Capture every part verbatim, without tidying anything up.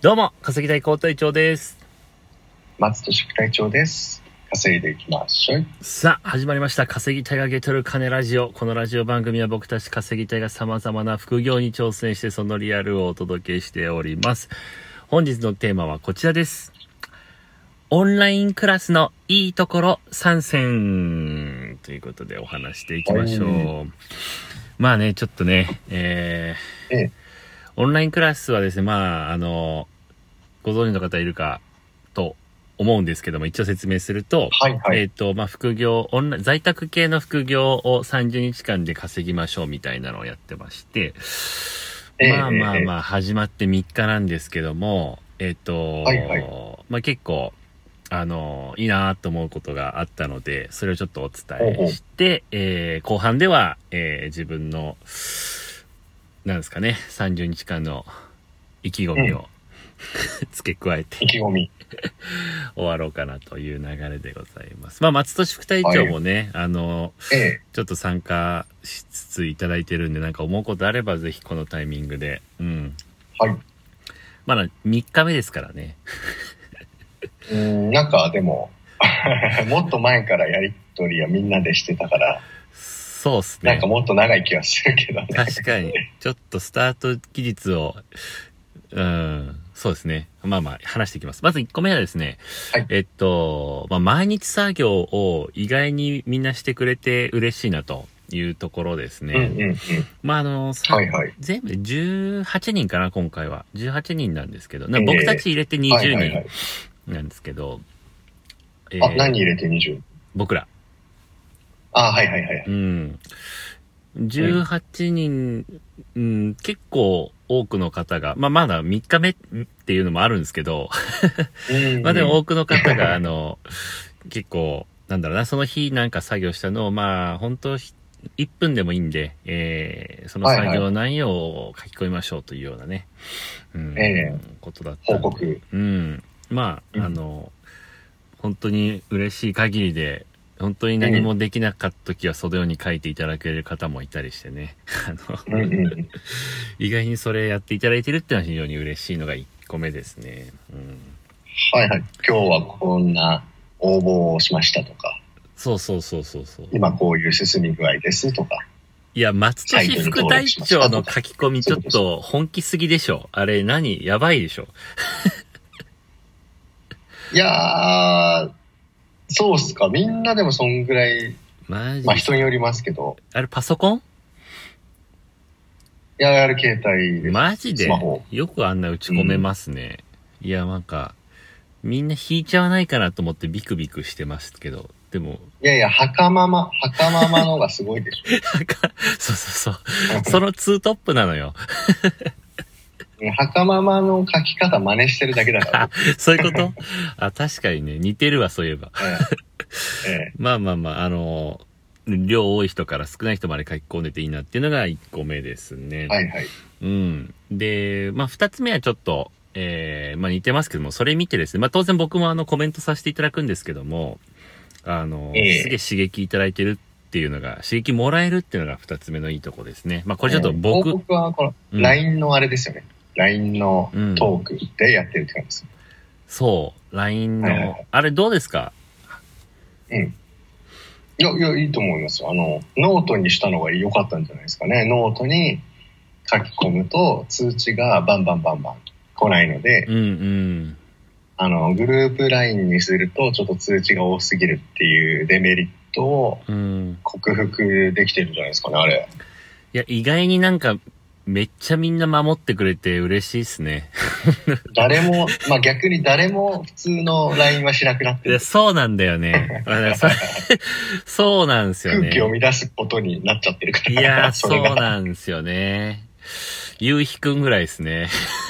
どうも、稼ぎたい高隊長です。 松戸宿隊長です。稼いでいきましょう。 さあ、始まりました。稼ぎたいがゲトる金ラジオ。このラジオ番組は僕たち稼ぎたいが様々な副業に挑戦してそのリアルをお届けしております。本日のテーマはこちらです。オンラインクラスのいいところ参戦ということでお話していきましょう。まあね、ちょっとね、えー、ええ、オンラインクラスはですね、まあ、あの、ご存知の方いるかと思うんですけども、一応説明すると、 はいはい、 えっと、まあ、副業、オンライン、在宅系の副業をさんじゅうにちかんで稼ぎましょうみたいなのをやってまして、えー、まあまあまあ、始まってみっかなんですけども、えっと、はいはい、まあ結構、あの、いいなと思うことがあったので、それをちょっとお伝えして、えー、後半では、えー、自分の、なんですかね、さんじゅうにちかんの意気込みを、うん、付け加えて意気込み終わろうかなという流れでございます。まあ松戸副隊長もね、はい、あの、ええ、ちょっと参加しつついただいてるんで、なんか思うことあればぜひこのタイミングで、うん、はい。まだみっかめですからね。 うん、なんかでももっと前からやり取りはみんなでしてたから。 そうっすね。 なんかもっと長い気はするけどね。 確かにちょっとスタート期日を、うん。そうですね。まあまあ、話していきます。まずいっこめはですね、はい、えっと、まあ、毎日作業を意外にみんなしてくれて嬉しいなというところですね。うんうんうん、まあ、あの、はいはい、全部でじゅうはちにんかな、今回は。じゅうはちにんなんですけど、僕たち入れてにじゅうにんなんですけど。 えー、あ、何入れてにじゅう？僕ら。 あ、はいはいはい。 うん。じゅうはちにん、うん、結構多くの方が、まあまだみっかめっていうのもあるんですけど、まあでも多くの方が、あの、結構、なんだろうな、その日なんか作業したのを、まあ本当いっぷんでもいいんで、えー、その作業内容を書き込みましょうというようなね、はいはい、うんえー、ことだったんで。報告。うん。まあ、うん、あの、本当に嬉しい限りで、本当に何もできなかった時はそのように書いていただける方もいたりしてね。あの、うんうん、意外にそれやっていただいてるっていうのは非常に嬉しいのがいっこめですね。うん、 はいはい。今日はこんな応募をしましたとか。 そうそうそうそうそう。 今こういう進み具合ですとか。 いや、松戸市副隊長の書き込みちょっと本気すぎでしょ。あれ何やばいでしょ。 いやー、そうっすか。みんなでもそんぐらい、マジまあ人によりますけど。 あれパソコン？いや、あれ携帯です。 マジでよくあんな打ち込めますね。うん、いや、なんか、みんな引いちゃわないかなと思ってビクビクしてますけど、でも。 いやいや、はかまま、はかままのがすごいでしょ。 そうそうそう。そのツートップなのよ。 はかままの書き方真似してるだけだから。 そういうことあ、確かにね、似てるわ、そういえば。ええええ、まあまあまあ、あの、量多い人から少ない人まで書き込んでていいなっていうのがいっこめですね。 はいはい。 うん。で、まあふたつめはちょっと、えー、まあ似てますけども、それ見てですね、まあ当然僕もあのコメントさせていただくんですけども、あの、ええ、すげえ刺激いただいてるっていうのが、刺激もらえるっていうのがふたつめのいいとこですね。まあこれちょっと僕。 えー、僕はこの ライン のあれですよね。うん、ライン のトークでやってるって感じです、うん、 そう、ライン の、はいはいはい、あれどうですか？ うん。いや、いや、いいと思いますよ。あの、ノートにしたのが良かったんじゃないですかね。ノートに書き込むと通知がバンバンバンバン来ないので、 うんうん。 あの、グループ ライン にするとちょっと通知が多すぎるっていうデメリットを克服できてるんじゃないですかね、あれ。 いや、意外になんか、めっちゃみんな守ってくれて嬉しいっすね。 誰も、まあ逆に誰も普通の ライン はしなくなってる。 いや、そうなんだよね。そうなんですよね。 空気を乱すことになっちゃってるから。 いや、そうなんですよね。ゆうひくんぐらいですね。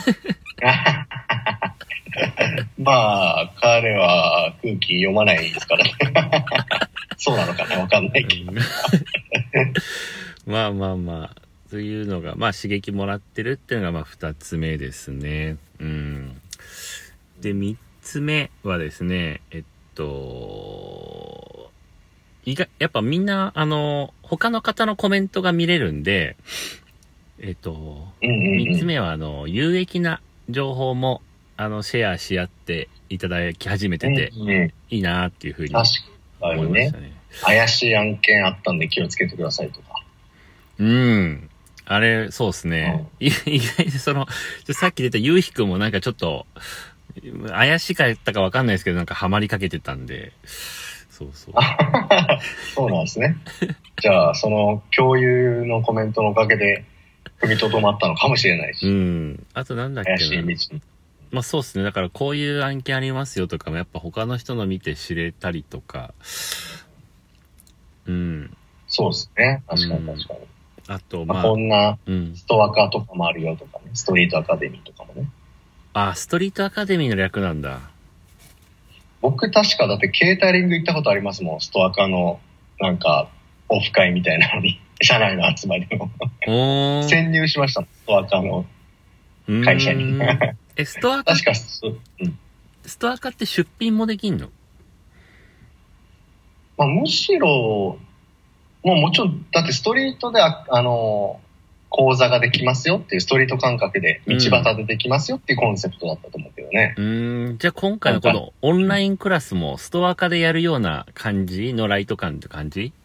まあ、彼は空気読まないですからね。そうなのかなわかんないけど。 まあまあまあ。というのが、まあ刺激もらってるっていうのがまあ二つ目ですね。うん。で、三つ目はですね、えっと、意外、やっぱみんな、あの、他の方のコメントが見れるんで、えっと、三つ目はあの、有益な情報もあの、シェアし合っていただき始めてて、 うんうん、 いいなっていうふうに確か思いにね。 ましたね。 怪しい案件あったんで気をつけてくださいとか。 うん。あれ、そうですね。うん、意外にその、さっき出たゆうひくんもなんかちょっと、怪しかったかわかんないですけど、なんかハマりかけてたんで、そうそう。 そうなんですね。じゃあ、その共有のコメントのおかげで踏みとどまったのかもしれないし。 うん。あとなんだっけな。 怪しい道に。 まあそうですね。だからこういう案件ありますよとかもやっぱ他の人の見て知れたりとか。うん。 そうですね。確かに確かに。 うん、あと、まあ。 こんなストアカとかもあるよとかね。ストリートアカデミーとかもね。 あ、ストリートアカデミーの略なんだ。 僕確かだってケータリング行ったことありますもん。ストアカのなんかオフ会みたいなのに。社内の集まりの。潜入しました。ストアカの会社に。 え、ストアカ確か、 うん、ストアカって出品もできんの？ まあ、むしろ、もうもちろん、だってストリートであ、あの、講座ができますよっていう、ストリート感覚で道端でできますよっていうコンセプトだったと思うけどね。 うん、うーんじゃあ今回のこのオンラインクラスもストアカでやるような感じのライト感って感じ？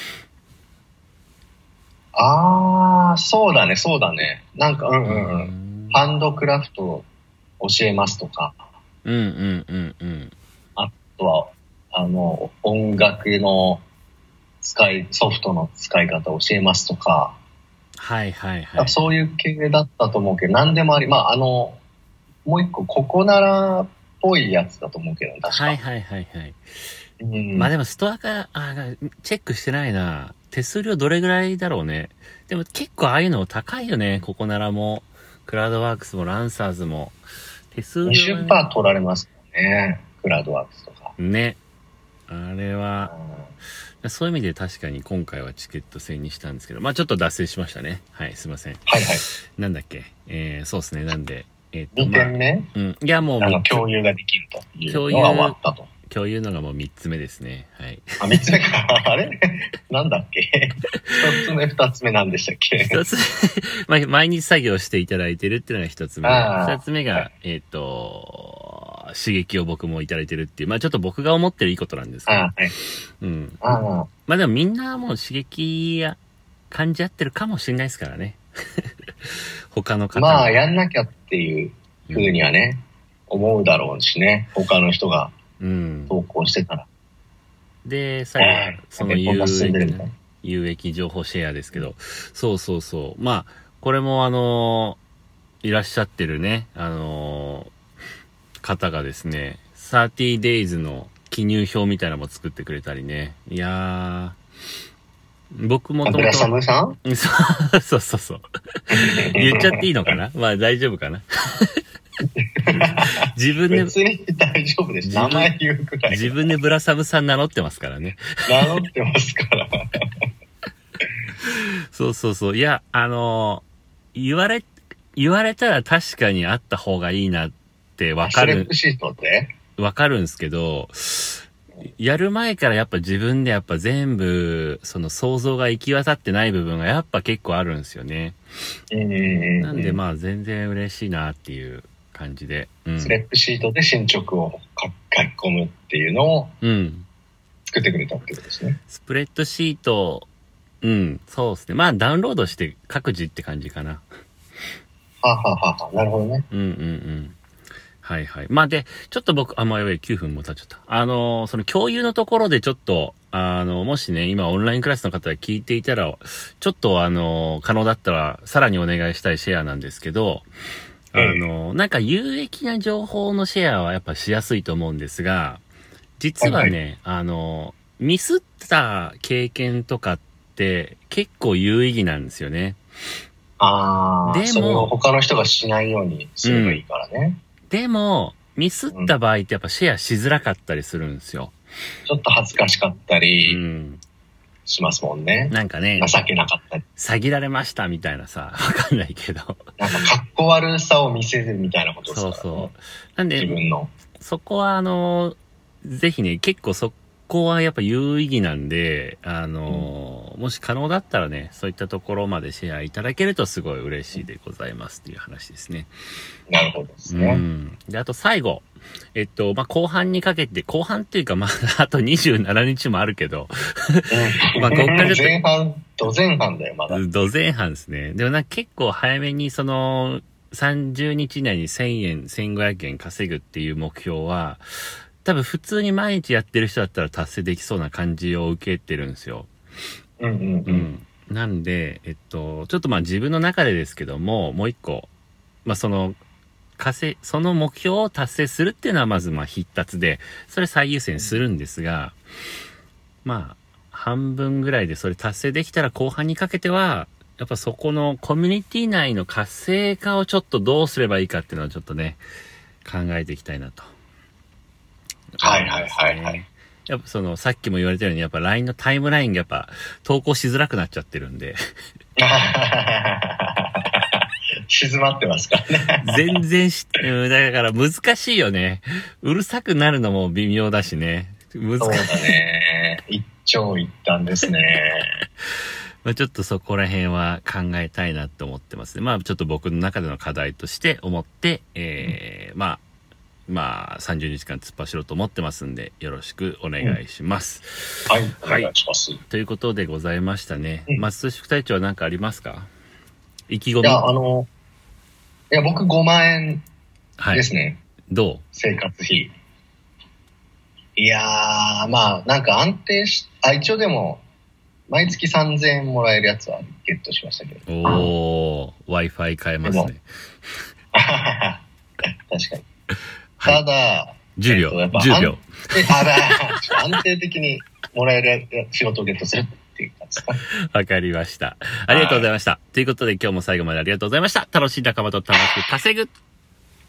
ああ、そうだね、そうだね。なんか、うんうんうん。ハンドクラフト教えますとか。 うんうんうんうん。 あとは、あの、音楽の使い、ソフトの使い方教えますとか。 はいはいはい。 そういう系だったと思うけど、何でもあり、まあ、あの、もう一個、ココナラっぽいやつだと思うけど、確か。 はいはいはいはい。 うん、 まあでもストアカ、あ、チェックしてないな。手数料どれぐらいだろうね。でも結構ああいうの高いよね。ココナラも、クラウドワークスもランサーズも。手数料、ね。 にじゅっパーセント 取られますからね。クラウドワークスとか。 ね。あれは、うん、そういう意味で確かに今回はチケット制にしたんですけど、まあちょっと脱線しましたね。はい、すいません。 はいはい。 なんだっけ。えー、そうですね。なんで、えー、 とにてんめ、まあ、 うん。いやもう、 あの、共有ができるというのが終わったと。 共有のがもうみっつめですね。はい。 あ、みっつめか。あれなんだっけ？ひとつめ、ふたつめなんでしたっけ？ ひとつめ、まあ、毎日作業していただいてるっていうのがひとつめ。ふたつめが、はい、えっ、ー、と、刺激を僕もいただいてるっていう。まあちょっと僕が思ってるいいことなんですけど。 あはい、 うん。 あまあでもみんなもう刺激や感じ合ってるかもしれないですからね。他の方まあやんなきゃっていうふうにはね、うん、思うだろうしね。他の人が。うん、投稿してたら。 で、最後は、その有益な、有益情報シェアですけど、そうそうそう。まあ、これもあのー、いらっしゃってるね、あのー、方がですね、サーティーデイズの記入表みたいなのも作ってくれたりね。いやー、僕もともと。 ブラサムさんそうそうそう。言っちゃっていいのかな？まあ大丈夫かな？自分で。 別に大丈夫です。名前言うくらい。 自分でブラサムさん名乗ってますからね。 名乗ってますから。 そうそうそう。いや、あのー、言われ、言われたら確かにあった方がいいなってわかる。 スレップシートってわかるんですけど、やる前からやっぱ自分でやっぱ全部、その想像が行き渡ってない部分がやっぱ結構あるんですよね。 うんうんうん、 なんでまあ全然嬉しいなっていう感じで。 うん、スレップシートで進捗を書き込むっていうのを作ってくれたってことですね。 うん、スプレッドシート、うん、そうですね。まあダウンロードして各自って感じかな。 はあ、はあはあ、なるほどね。 うんうんうん。はいはい。まあで、ちょっと僕、あ、まあやばい、きゅうふんも経っちゃった。あのー、その共有のところでちょっと、あの、もしね、今オンラインクラスの方が聞いていたら、ちょっとあのー、可能だったら、さらにお願いしたいシェアなんですけど、あのー、なんか有益な情報のシェアはやっぱしやすいと思うんですが、実はね、はいはい、あのー、ミスった経験とかって結構有意義なんですよね。 ああ、でも、それを他の人がしないようにすればいいからね。 うんでも、ミスった場合ってやっぱシェアしづらかったりするんですよ。 ちょっと恥ずかしかったりしますもんね。 うん、なんかね、 情けなかったり。 詐欺られましたみたいなさ、わかんないけど。 なんかかっこ悪さを見せるみたいなことですからね。 そうそう。なんで、 自分の。 そこはあの、ぜひね、結構そ、 行はやっぱ有意義なんで、あの、うん、もし可能だったらね、そういったところまでシェアいただけるとすごい嬉しいでございますっていう話ですね。 なるほどですね。 うん。で、あと最後。えっと、まあ、後半にかけて、後半っていうか、まあ、あとにじゅうしちにちもあるけど、 まあ、こっからちょっと。前半、ど前半だよ、まだ。 ど前半ですね。でもなんか結構早めにその、さんじゅうにち以内にせんえん、せんごひゃくえん稼ぐっていう目標は、多分普通に毎日やってる人だったら達成できそうな感じを受けてるんですよ。 うんうんうん。うん、 なんで、えっと、ちょっとまあ自分の中でですけども、もう一個、まあその、稼、その目標を達成するっていうのはまずまあ必達で、それ最優先するんですが、まあ、半分ぐらいでそれ達成できたら後半にかけては、やっぱそこのコミュニティ内の活性化をちょっとどうすればいいかっていうのをちょっとね、考えていきたいなと。 はいはいはいはい。 やっぱその、さっきも言われたように、やっぱ ライン のタイムラインがやっぱ投稿しづらくなっちゃってるんで。 静まってますからね。 全然し、だから難しいよね。うるさくなるのも微妙だしね。難しい。 そうだね。一長一短ですね。 まあちょっとそこら辺は考えたいなと思ってますね。まあちょっと僕の中での課題として思って、えー、うん、まあ、まあさんじゅうにちかん突っ走ろうと思ってますんで、よろしくお願いします。 うん、はい、お願いします。 ということでございましたね。うん、松寿副隊長は何かありますか？意気込み。 いや、あの、いや、僕ごまんえんですね。 はい、どう？ 生活費。いやー、まあ、なんか安定し、あ、一応でも、毎月さんぜんえんもらえるやつはゲットしましたけど。 おー、Wi-Fi 買えますね。 確かに。ただ、はい、 じゅうびょう。えっと、じゅうびょう。 あだ、安定的にもらえる仕事をゲットするっていう感じですか。 わかりました。ありがとうございました。ということで今日も最後までありがとうございました。楽しい仲間と楽しく稼ぐ。